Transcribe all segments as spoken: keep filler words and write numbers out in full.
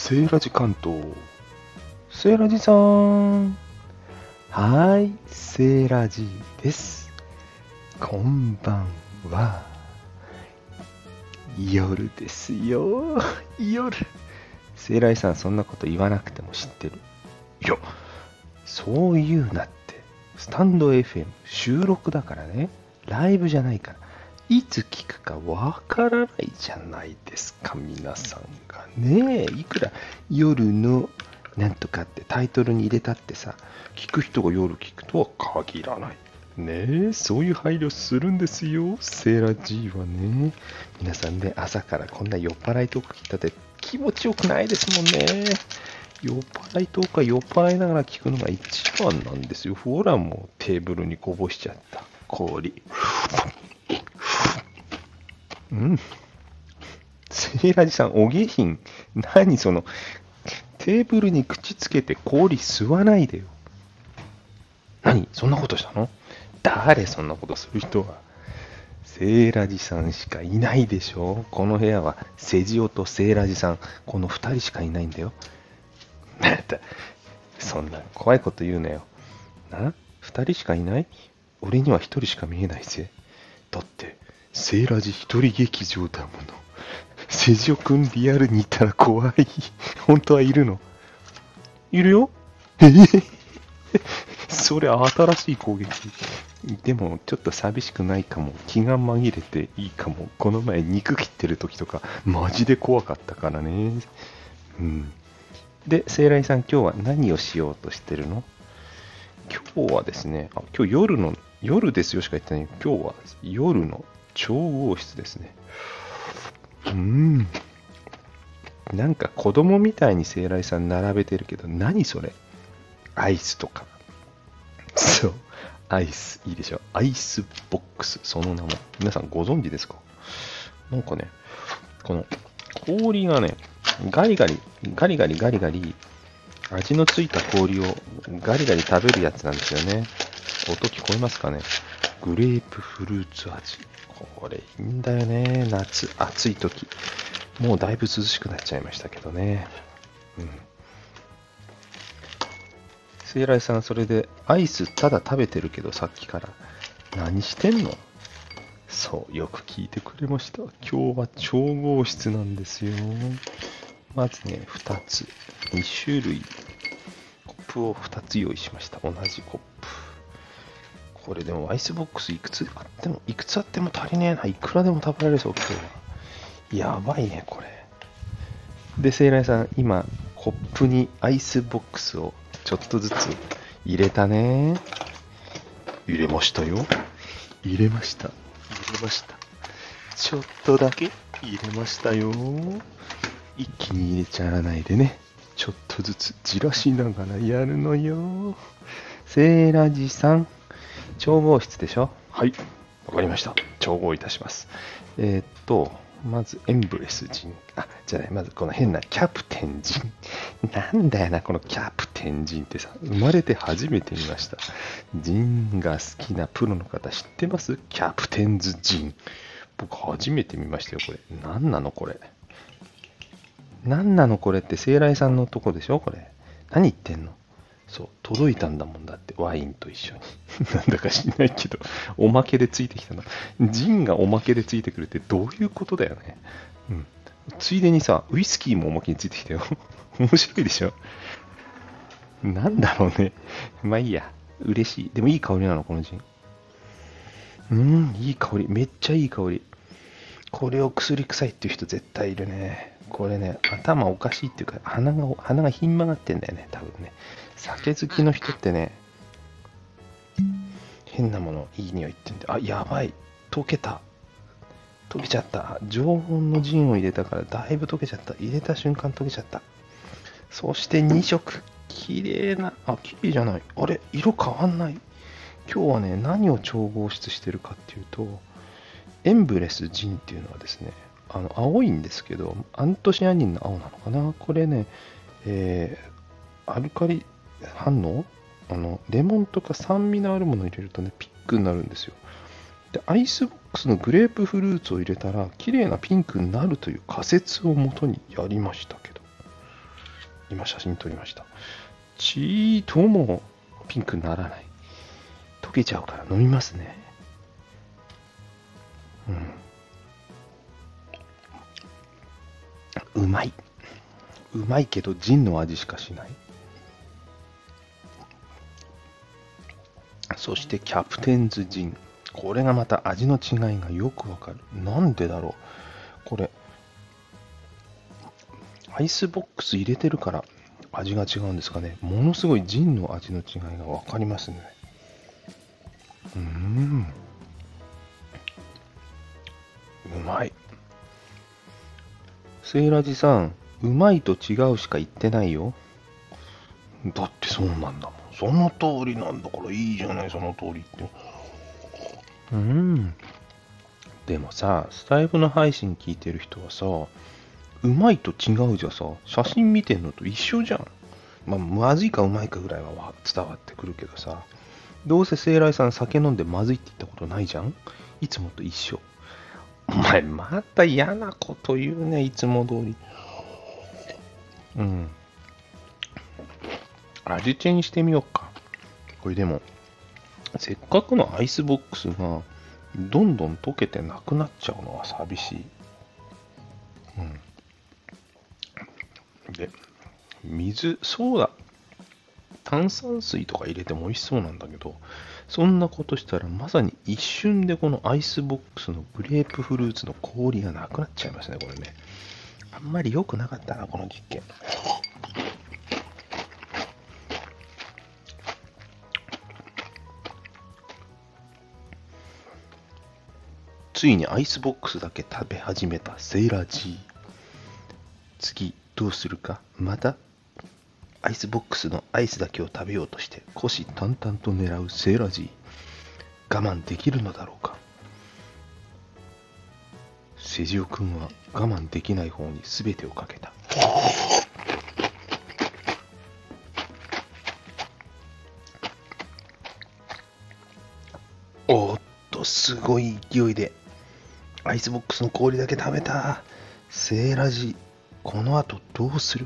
セーラジ関東。セーラジさん。はーい、セーラジです。こんばんは。夜ですよ。夜。セーラジさん、そんなこと言わなくても知ってる。いや、そう言うなって。スタンド エフエム 収録だからね。ライブじゃないから。いつ聞くかわからないじゃないですか、皆さんがね。いくら夜のなんとかってタイトルに入れたってさ、聞く人が夜聞くとは限らない。ねえ、そういう配慮するんですよ、セーラ G はね。皆さんね、朝からこんな酔っ払いトーク聞いたって気持ちよくないですもんね。酔っ払いトークは酔っ払いながら聞くのが一番なんですよ。ほらもうテーブルにこぼしちゃった氷。うん。セーラジさん、お下品。何その、テーブルに口つけて氷吸わないでよ。何そんなことしたの？誰そんなことする人は。セーラジさんしかいないでしょ。この部屋はセジオとセーラジさん、この二人しかいないんだよ。また、そんな怖いこと言うなよ。な？二人しかいない？俺には一人しか見えないぜ。だって、セーラジ一人劇場だもの。セジオくんリアルにいたら怖い。本当はいるの？いるよ。えー、それ新しい攻撃。でもちょっと寂しくないかも。気が紛れていいかも。この前肉切ってる時とかマジで怖かったからね。うん。で、セイライさん、今日は何をしようとしてるの？今日はですね、あ、今日夜の夜ですよしか言ってない。今日は夜の調合室ですね。うーん。なんか子供みたいにセイライさん並べてるけど、何それ？アイスとか。そう。アイス。いいでしょ。アイスボックス。その名も。皆さんご存知ですか？なんかね、この氷がね、ガリガリ、ガリガリガリガリ、味のついた氷をガリガリ食べるやつなんですよね。音聞こえますかね？グレープフルーツ味。これいいんだよね。夏、暑い時。もうだいぶ涼しくなっちゃいましたけどね。うん。セイライさん、それでアイスただ食べてるけどさっきから何してんの？そう、よく聞いてくれました。今日は調合室なんですよ。まずね、ふたつ、に種類、コップをふたつ用意しました。同じコップ。これでもアイスボックスいくつあっても、いくつあっても足りねえな。いくらでも食べられそう、今日は。やばいね、これ。で、セイライさん、今、コップにアイスボックスをちょっとずつ入れたね。入れましたよ。入れました。入れました。ちょっとだけ入れましたよ。一気に入れちゃらないでね。ちょっとずつじらしながらやるのよ。セーラジさん、調合室でしょ？はい。わかりました。調合いたします。えー、っと、まずエンブレスジン。あ、じゃない、まずこの変なキャプテンジン。なんだよな、このキャプテンジンってさ、生まれて初めて見ました。ジンが好きなプロの方知ってます？キャプテンズジン。僕初めて見ましたよ、これ。何なのこれ。何なのこれって、セイライさんのとこでしょこれ。何言ってんの？そう、届いたんだもんだって、ワインと一緒に。なんだか知んないけど、おまけでついてきたの。ジンがおまけでついてくるってどういうことだよね。うん。ついでにさ、ウイスキーもおまけについてきたよ。面白いでしょ？なんだろうね。まあいいや。嬉しい。でもいい香りなの、このジン。うーん、いい香り。めっちゃいい香り。これを薬臭いっていう人絶対いるね。これね、頭おかしいっていうか、鼻が、鼻がひん曲がってんだよね、多分ね。酒好きの人ってね、変なもの、いい匂いってんで、あ、やばい。溶けた。溶けちゃった。常温のジンを入れたからだいぶ溶けちゃった。入れた瞬間溶けちゃった。そしてに色。綺麗な、あ、綺麗じゃない。あれ、色変わんない。今日はね、何を調合室してるかっていうと、エンブレスジンっていうのはですね、あの青いんですけど、アントシアニンの青なのかな。これね、えー、アルカリ反応あのレモンとか酸味のあるものを入れるとね、ピンクになるんですよ。で、アイスボックスのグレープフルーツを入れたら、綺麗なピンクになるという仮説をもとにやりましたけど。 今写真撮りました。ちーともピンクにならない。溶けちゃうから飲みますね。うん。うまい。うまいけどジンの味しかしない。そしてキャプテンズジン。これがまた味の違いがよくわかる。なんでだろう。これ、アイスボックス入れてるから味が違うんですかね。ものすごいジンの味の違いがわかりますね。うーん。うまい。セイラジさん、うまいと違うしか言ってないよ。だってそうなんだもん。その通りなんだからいいじゃない、その通りって。うん。でもさ、スタイフの配信聞いてる人はさ、うまいと違うじゃさ、写真見てんのと一緒じゃん。まあ、まずいかうまいかぐらいは伝わってくるけどさ、どうせ聖来さん酒飲んでまずいって言ったことないじゃん。いつもと一緒。お前また嫌なこと言うね、いつも通り。うん。味チェンしてみようか。これでも、せっかくのアイスボックスがどんどん溶けてなくなっちゃうのは寂しい。うん。で、水、そうだ。炭酸水とか入れても美味しそうなんだけど、そんなことしたらまさに一瞬でこのアイスボックスのグレープフルーツの氷がなくなっちゃいますね、これね。あんまり良くなかったな、この実験。ついにアイスボックスだけ食べ始めたセイラー G。次どうするか。またアイスボックスのアイスだけを食べようとして虎視眈々と狙うセイラー G。我慢できるのだろうか。セジオ君は我慢できない方に全てをかけた。おーっと、すごい勢いでアイスボックスの氷だけ食べた。セイラジ、この後どうする？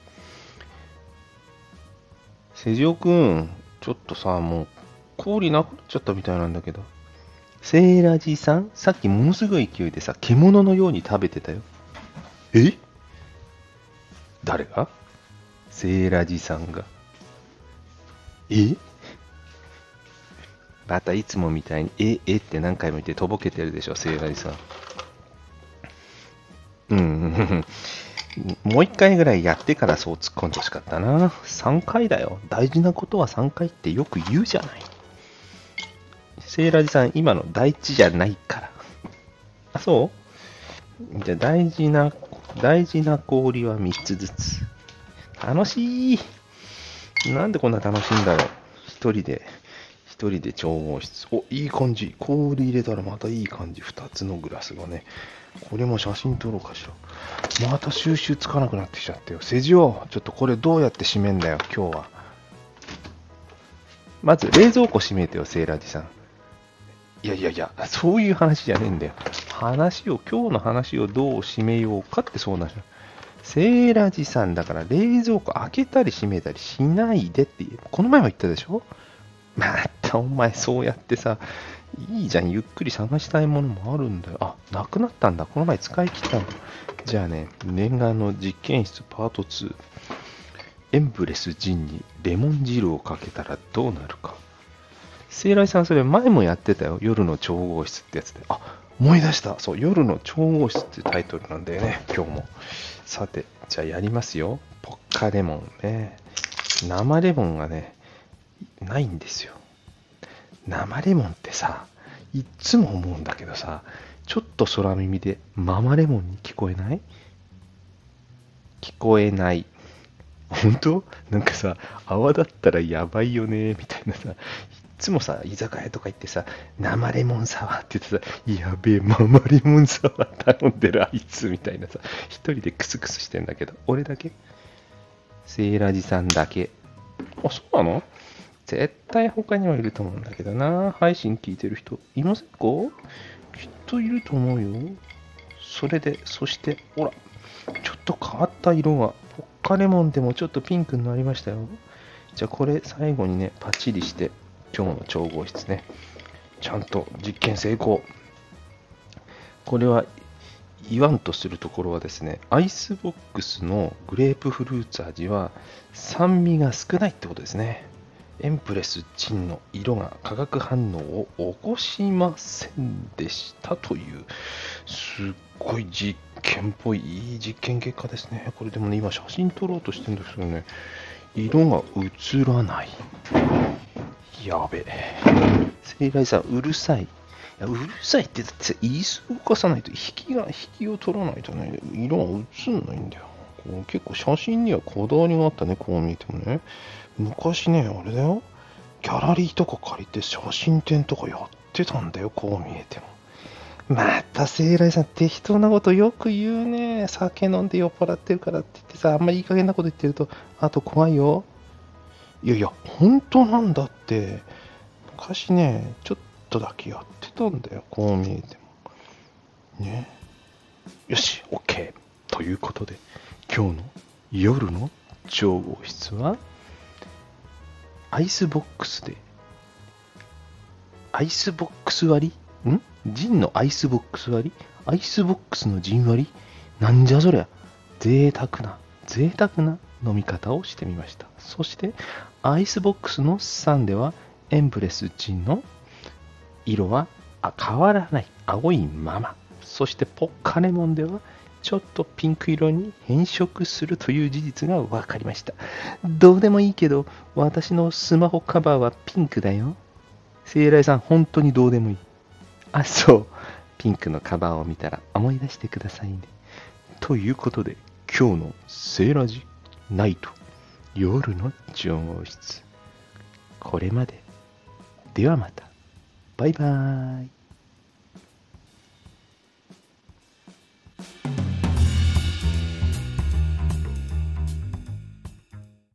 セジオくん、ちょっとさ、もう氷なくなっちゃったみたいなんだけど。セイラジさん、さっきものすごい勢いでさ、獣のように食べてたよ。え？誰が？セイラジさんが。え？またいつもみたいに、え、えって何回も言ってとぼけてるでしょ、セイラジさん。うん、もう一回ぐらいやってからそう突っ込んでほしかったな。さんかいだよ。大事なことはさんかいってよく言うじゃない。セイラジさん、今の大事じゃないから。あ、そうじゃあ大事な、大事な氷はみっつずつ。楽しい。なんでこんな楽しいんだろう。一人で、一人で調合室。お、いい感じ。氷入れたらまたいい感じ。二つのグラスがね。これも写真撮ろうかしら。また収集つかなくなってきちゃったよ。セジオ、ちょっとこれどうやって閉めんだよ、今日は。まず冷蔵庫閉めてよ、セイラジさん。いやいやいや、そういう話じゃねえんだよ。話を、今日の話をどう閉めようかってそうなんですよ。セイラジさんだから冷蔵庫開けたり閉めたりしないでっていう。この前も言ったでしょ？またお前そうやってさ、いいじゃん、ゆっくり探したいものもあるんだよ。あ、なくなったんだ。この前使い切ったんだ。じゃあね、念願の実験室パートツー。エンブレスジンにレモン汁をかけたらどうなるか。聖来さん、それ前もやってたよ。夜の調合室ってやつで。あ、思い出した。そう、夜の調合室ってタイトルなんだよね、今日も。さて、じゃあやりますよ。ポッカレモンね。生レモンがね、ないんですよ。生レモンってさ、いっつも思うんだけどさ、ちょっと空耳でママレモンに聞こえない？聞こえない。本当？なんかさ、泡だったらやばいよね、みたいなさ、いっつもさ、居酒屋とか行ってさ、生レモンサワーって言ってさ、やべえ、ママレモンサワー頼んでるあいつ、みたいなさ、一人でクスクスしてんだけど、俺だけ？セイラジさんだけ。あ、そうなの？絶対他にはいると思うんだけどな。配信聞いてる人いませんか？きっといると思うよ。それで、そして、ほら、ちょっと変わった色が、ポッカカレモンでもちょっとピンクになりましたよ。じゃあこれ最後にね、パチリして今日の調合室ね、ちゃんと実験成功。これは言わんとするところはですね、アイスボックスのグレープフルーツ味は酸味が少ないってことですね。エンプレスジンの色が化学反応を起こしませんでしたという、すっごい実験っぽいいい実験結果ですね。これでもね、今写真撮ろうとしてるんですけどね、色が映らない。やべえ。セイライさん、うるさい。いやうるさいって、だって椅子動かさないと、引きが、引きを取らないとね、色が映んないんだよ。こう結構写真にはこだわりがあったね、こう見えてもね。昔ね、あれだよ。ギャラリーとか借りて写真展とかやってたんだよ、こう見えても。またセイライさん、適当なことよく言うね。酒飲んで酔っ払ってるからって言ってさ、あんまりいい加減なこと言ってると、あと怖いよ。いやいや、本当なんだって。昔ね、ちょっとだけやってたんだよ、こう見えても。ね。よし、OK。ということで、今日の夜の調合室は、アイスボックスで、アイスボックス割りんジンのアイスボックス割りアイスボックスのジン割りなんじゃそりゃ。贅沢な、贅沢な飲み方をしてみました。そして、アイスボックスのさんでは、エンプレスジンの色は変わらない。青いまま。そして、ポッカレモンでは、ちょっとピンク色に変色するという事実が分かりました。どうでもいいけど、私のスマホカバーはピンクだよ。セイライさん、本当にどうでもいい。あ、そう。ピンクのカバーを見たら思い出してくださいね。ということで、今日のセイラジナイト、夜の調合室。これまで。ではまた。バイバーイ。